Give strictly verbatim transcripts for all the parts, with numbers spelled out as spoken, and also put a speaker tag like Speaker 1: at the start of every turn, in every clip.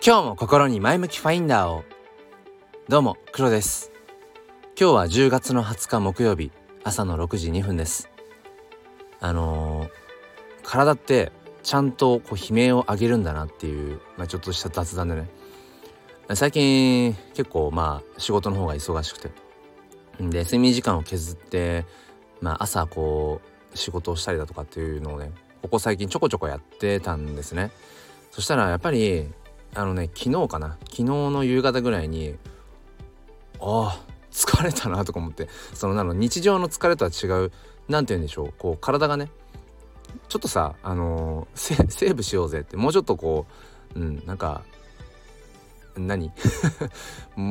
Speaker 1: 今日も心に前向きファインダーを。どうも黒です。今日はじゅうがつのはつか木曜日、朝のろくじにふんです。あのー、体ってちゃんとこう悲鳴を上げるんだなっていう、まあ、ちょっとした雑談でね、最近結構まあ仕事の方が忙しくて、で睡眠時間を削って、まあ、朝こう仕事をしたりだとかっていうのをね、ここ最近ちょこちょこやってたんですね。そしたらやっぱりあのね昨日かな昨日の夕方ぐらいにああ疲れたなとか思って、そのなの日常の疲れとは違う、なんて言うんでしょう、こう体がねちょっとさ、あのー、セーブしようぜって、もうちょっとこううんなんか何うん、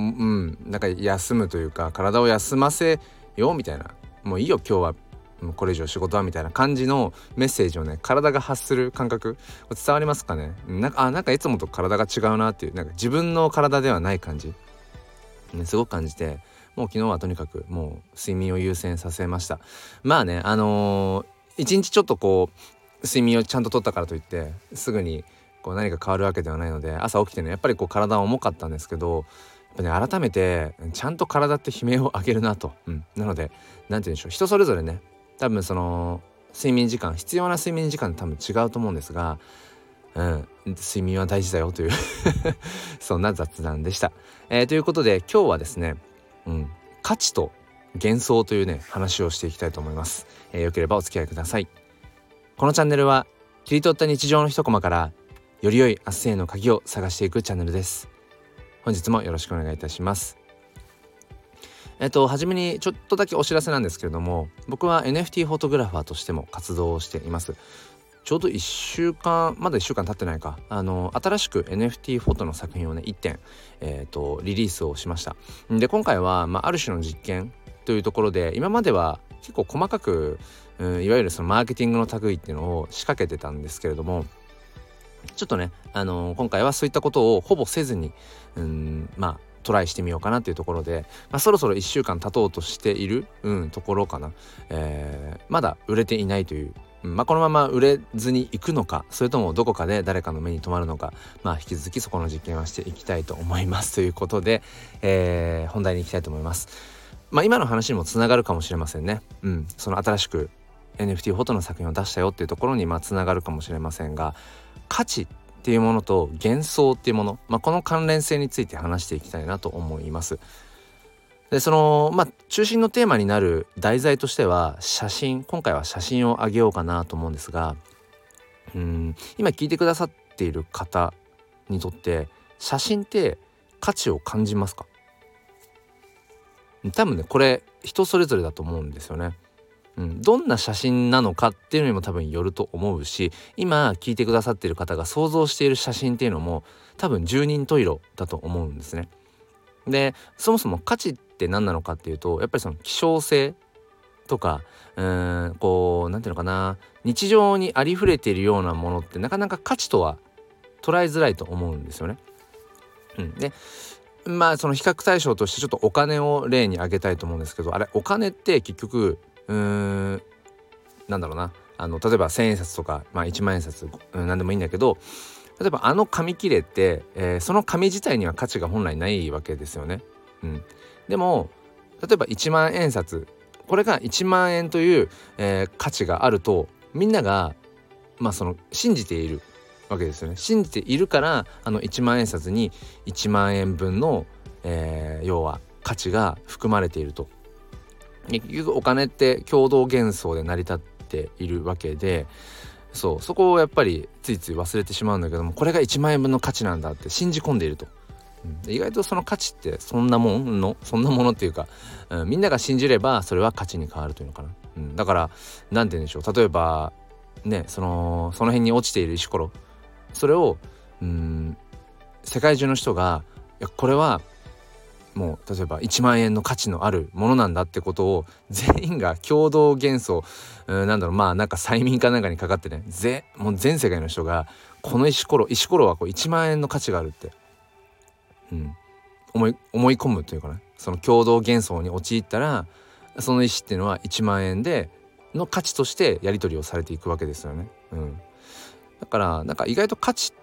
Speaker 1: なんか休むというか、体を休ませようみたいな、もういいよ今日はもうこれ以上仕事はみたいな感じのメッセージをね、体が発する感覚伝わりますかね。なんかあなんかいつもと体が違うなっていう、なんか自分の体ではない感じ、ね、すごく感じて、もう昨日はとにかくもう睡眠を優先させました。まあね、あのー、一日ちょっとこう睡眠をちゃんととったからといってすぐにこう何か変わるわけではないので、朝起きてねやっぱりこう体は重かったんですけど、やっぱね改めてちゃんと体って悲鳴を上げるなと、うん、なのでなんて言うんでしょう、人それぞれね多分その睡眠時間、必要な睡眠時間多分違うと思うんですが、うん、睡眠は大事だよというそんな雑談でした。えー、ということで今日はですね、うん、価値と幻想というね話をしていきたいと思います。えー、よければお付き合いください。このチャンネルは切り取った日常の一コマからより良い明日への鍵を探していくチャンネルです。本日もよろしくお願いいたします。えっと初めにちょっとだけお知らせなんですけれども、僕は エヌエフティー フォトグラファーとしても活動をしています。ちょうどいっしゅうかん、まだいっしゅうかん経ってないか、あの新しく エヌエフティー フォトの作品をねいってん、えー、とリリースをしました。で今回は、まあ、ある種の実験というところで、今までは結構細かく、うん、いわゆるそのマーケティングの類っていうのを仕掛けてたんですけれども、ちょっとね、あのー、今回はそういったことをほぼせずに、うん、まあトライしてみようかなというところで、まあ、そろそろいっしゅうかん経とうとしている、うん、ところかな、えー、まだ売れていないという、うんまあ、このまま売れずにいくのか、それともどこかで誰かの目に留まるのか、まあ、引き続きそこの実験はしていきたいと思いますということで、えー、本題に行きたいと思います。まあ、今の話にもつながるかもしれませんね、うん、その新しく エヌエフティー フォトの作品を出したよっていうところにまあつながるかもしれませんが、価値っていうものと幻想っていうもの、まあ、この関連性について話していきたいなと思います。でそのまあ中心のテーマになる題材としては写真、今回は写真をあげようかなと思うんですが、うーん今聞いてくださっている方にとって写真って価値を感じますか？多分ねこれ人それぞれだと思うんですよね。うん、どんな写真なのかっていうのにも多分よると思うし、今聞いてくださっている方が想像している写真っていうのも多分十人十色だと思うんですね。でそもそも価値って何なのかっていうと、やっぱりその希少性とか、うーんこうなんていうのかな、日常にありふれているようなものってなかなか価値とは捉えづらいと思うんですよね。うん、でまあその比較対象としてちょっとお金を例に挙げたいと思うんですけど、あれお金って結局うーんなんだろうな、あの例えばせんえんさつとか、まあ、いちまんえんさつ、うん、何でもいいんだけど、例えばあの紙切れって、えー、その紙自体には価値が本来ないわけですよね。うん、でも例えばいちまんえんさつ、これがいちまんえんという、えー、価値があるとみんながまあその信じているわけですよね。信じているからあのいちまんえんさつにいちまんえんぶんの、えー、要は価値が含まれていると。結局お金って共同幻想で成り立っているわけで、そうそこをやっぱりついつい忘れてしまうんだけども、これがいちまんえんぶんの価値なんだって信じ込んでいると、うん、意外とその価値ってそんなもんのそんなものっていうか、うん、みんなが信じればそれは価値に変わるというのかな、うん、だからなんて言うんでしょう、例えばねそのその辺に落ちている石ころ、それをうん世界中の人がいやこれはもう例えばいちまんえんの価値のあるものなんだってことを全員が共同幻想、うん、なんだろう、まあなんか催眠かなんかにかかってね、ぜもう全世界の人がこの石ころ石ころはこういちまんえんの価値があるって、うん、思い思い込むというかね、その共同幻想に陥ったらその石っていうのはいちまんえんでの価値としてやり取りをされていくわけですよね。うんだからなんか意外と価値って、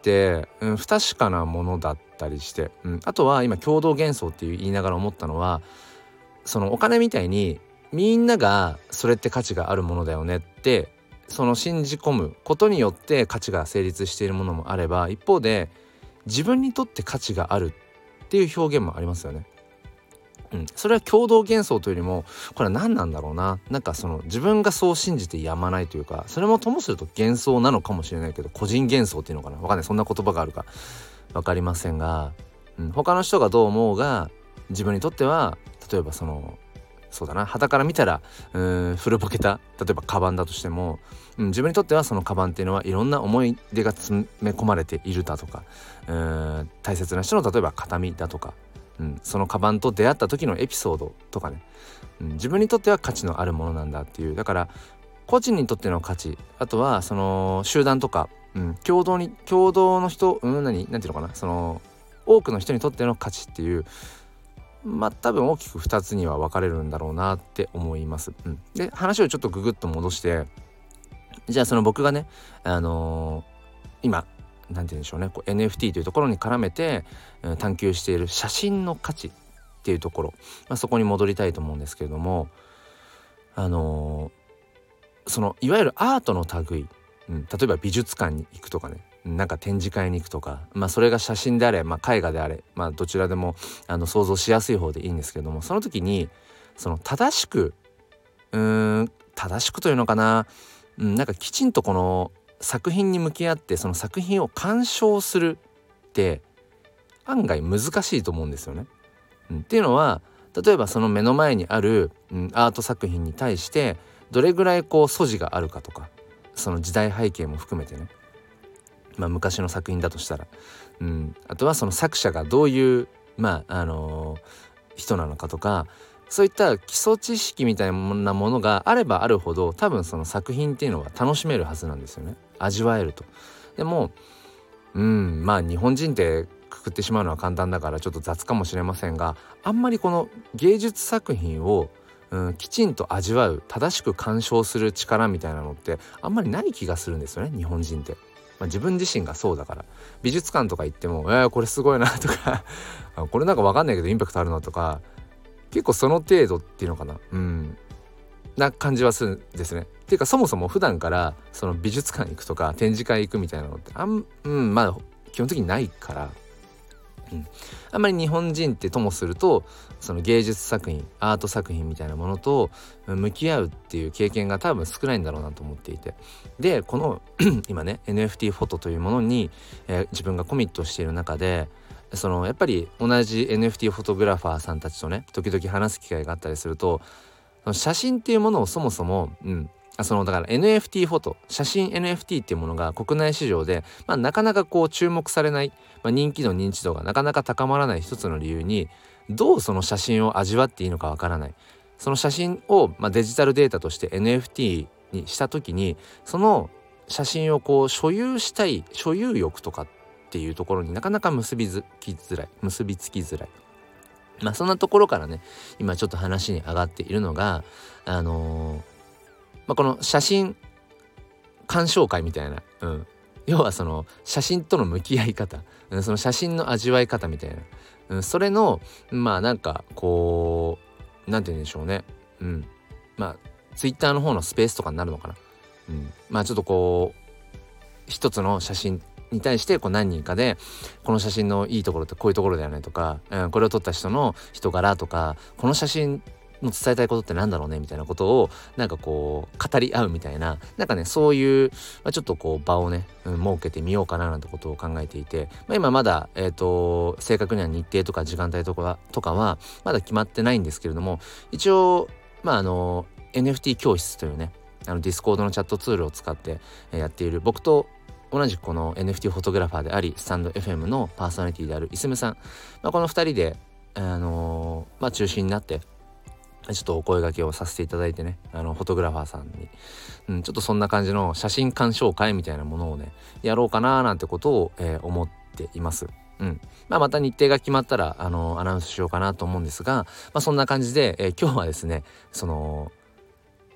Speaker 1: うん、不確かなものだったりして、うん、あとは今共同幻想っていう言いながら思ったのは、そのお金みたいにみんながそれって価値があるものだよねってその信じ込むことによって価値が成立しているものもあれば、一方で自分にとって価値があるっていう表現もありますよね。うん、それは共同幻想というよりもこれは何なんだろうな、なんかその自分がそう信じてやまないというか、それもともすると幻想なのかもしれないけど、個人幻想っていうのかな、わかんない、そんな言葉があるかわかりませんが、うん、他の人がどう思うが自分にとっては、例えばそのそうだな、傍から見たらうーん古ぼけた例えばカバンだとしても、うん、自分にとってはそのカバンっていうのはいろんな思い出が詰め込まれているだとか、うーん大切な人の例えば形見だとか、うん、そのカバンと出会った時のエピソードとかね、うん、自分にとっては価値のあるものなんだっていう、だから個人にとっての価値、あとはその集団とか、うん、共同に共同の人、うん、何なんていうのかな、その多くの人にとっての価値っていう、まあ多分大きくふたつには分かれるんだろうなって思います。うん、で話をちょっとググッと戻して、じゃあその僕がね、あのー、今なんて言うんでしょうね、こう エヌエフティー というところに絡めて、うん、探求している写真の価値っていうところ、まあ、そこに戻りたいと思うんですけれども、あのー、そのいわゆるアートの類、うん、例えば美術館に行くとかね、なんか展示会に行くとか、まあそれが写真であれ、まあ、絵画であれ、まあどちらでもあの想像しやすい方でいいんですけれども、その時にその正しくうーん正しくというのかな、うん、なんかきちんとこの作品に向き合ってその作品を鑑賞するって案外難しいと思うんですよね。うん、っていうのは、例えばその目の前にある、うん、アート作品に対してどれぐらいこう素地があるかとか、その時代背景も含めてね、まあ、昔の作品だとしたら、うん、あとはその作者がどういう、まああのー、人なのかとか、そういった基礎知識みたいなものがあればあるほど、多分その作品っていうのは楽しめるはずなんですよね。味わえると。でも、うん、まあ日本人ってくくってしまうのは簡単だからちょっと雑かもしれませんが、あんまりこの芸術作品をうん、きちんと味わう、正しく鑑賞する力みたいなのってあんまりない気がするんですよね、日本人って。まあ、自分自身がそうだから、美術館とか行ってもえー、これすごいなとかこれなんか分かんないけどインパクトあるなとか、結構その程度っていうのかな、うんな感じはするんですね。っていうかそもそも普段からその美術館行くとか展示会行くみたいなのってあん、うん、まあ基本的にないから、うん、あんまり日本人ってともするとその芸術作品、アート作品みたいなものと向き合うっていう経験が多分少ないんだろうなと思っていて、でこの今ね エヌエフティー フォトというものに、えー、自分がコミットしている中で、そのやっぱり同じ エヌエフティー フォトグラファーさんたちとね時々話す機会があったりすると、その写真っていうものをそもそも、うん、あそのだから エヌエフティー フォト、写真 エヌエフティー っていうものが国内市場で、まあ、なかなかこう注目されない、まあ、人気度認知度がなかなか高まらない一つの理由に、どうその写真を味わっていいのかわからない、その写真を、まあ、デジタルデータとして エヌエフティー にした時に、その写真をこう所有したい所有欲とかっていうところになかなか結びつきづらい結びつきづらい、まあそんなところからね今ちょっと話に上がっているのが、あのーまあ、この写真鑑賞会みたいな、うん、要はその写真との向き合い方、うん、その写真の味わい方みたいな、うん、それのまあなんかこうなんて言うんでしょうね、うん、まあツイッターの方のスペースとかになるのかな、うん、まあちょっとこう一つの写真に対してこう何人かでこの写真のいいところってこういうところだよねとか、うん、これを撮った人の人柄とか、この写真の伝えたいことってなんだろうねみたいなことをなんかこう語り合うみたいな、なんかねそういう、まあ、ちょっとこう場をね、うん、設けてみようかななんてことを考えていて、まあ、今まだえっと正確には日程とか時間帯とかとかはまだ決まってないんですけれども、一応まああの エヌエフティー 教室というね、あのディスコードのチャットツールを使ってやっている僕と同じくこの エヌエフティー フォトグラファーでありスタンド エフエム のパーソナリティであるイスムさん、まあ、このふたりで、あのーまあ、中心になってちょっとお声掛けをさせていただいてね、あのフォトグラファーさんに、うん、ちょっとそんな感じの写真鑑賞会みたいなものをねやろうかななんてことを、えー、思っています。うんまあ、また日程が決まったらあのアナウンスしようかなと思うんですが、まあ、そんな感じで、えー、今日はですねその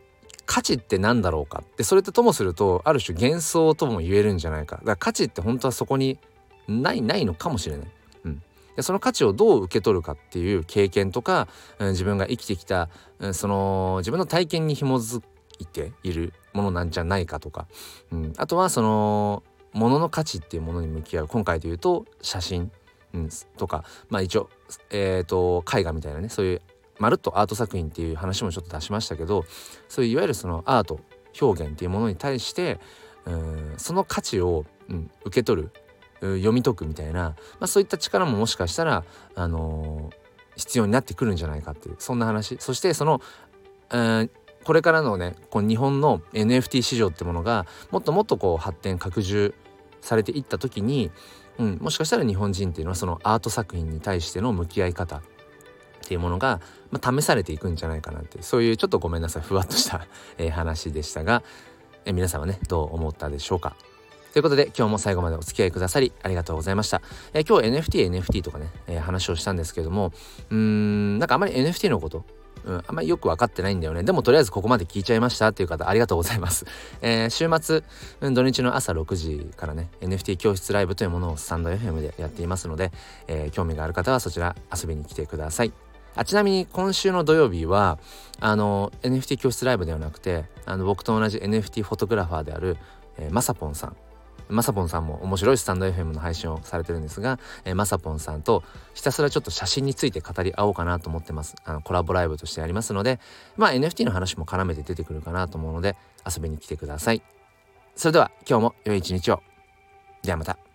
Speaker 1: 価値って何だろうかって、それとともするとある種幻想とも言えるんじゃないか。だから価値って本当はそこにないないのかもしれない。うん、でその価値をどう受け取るかっていう経験とか、うん、自分が生きてきた、うん、その自分の体験に紐づいているものなんじゃないかとか、うん、あとはそのものの価値っていうものに向き合う、今回で言うと写真、うん、とか、まあ一応、えーと絵画みたいなね、そういうまるっとアート作品っていう話もちょっと出しましたけど、そういういわゆるそのアート表現っていうものに対してうんその価値を、うん、受け取る、読み解くみたいな、まあ、そういった力ももしかしたら、あのー、必要になってくるんじゃないかっていう、そんな話。そしてその、えー、これからのねこう日本の エヌエフティー 市場ってものがもっともっとこう発展拡充されていった時に、うん、もしかしたら日本人っていうのはそのアート作品に対しての向き合い方っていうものが、まあ、試されていくんじゃないかなっていう、そういうちょっとごめんなさいふわっとした、えー、話でしたが、えー、皆さんはねどう思ったでしょうか。ということで今日も最後までお付き合いくださりありがとうございました。えー、今日 エヌエフティー、エヌエフティー とかね、えー、話をしたんですけども、うーんなんかあまり エヌエフティー のこと、うん、あんまりよく分かってないんだよね。でもとりあえずここまで聞いちゃいましたっていう方ありがとうございます。えー、週末、うん、土日の朝ろくじからね エヌエフティー 教室ライブというものをスタンド エフエム でやっていますので、えー、興味がある方はそちら遊びに来てください。あちなみに今週の土曜日はあの エヌエフティー 教室ライブではなくて、あの僕と同じ エヌエフティー フォトグラファーである、えー、まさぽんさんまさぽんさんも面白いスタンド エフエム の配信をされてるんですが、えー、まさぽんさんとひたすらちょっと写真について語り合おうかなと思ってます。あのコラボライブとしてありますので、まあ エヌエフティー の話も絡めて出てくるかなと思うので遊びに来てください。それでは今日も良い一日を。ではまた。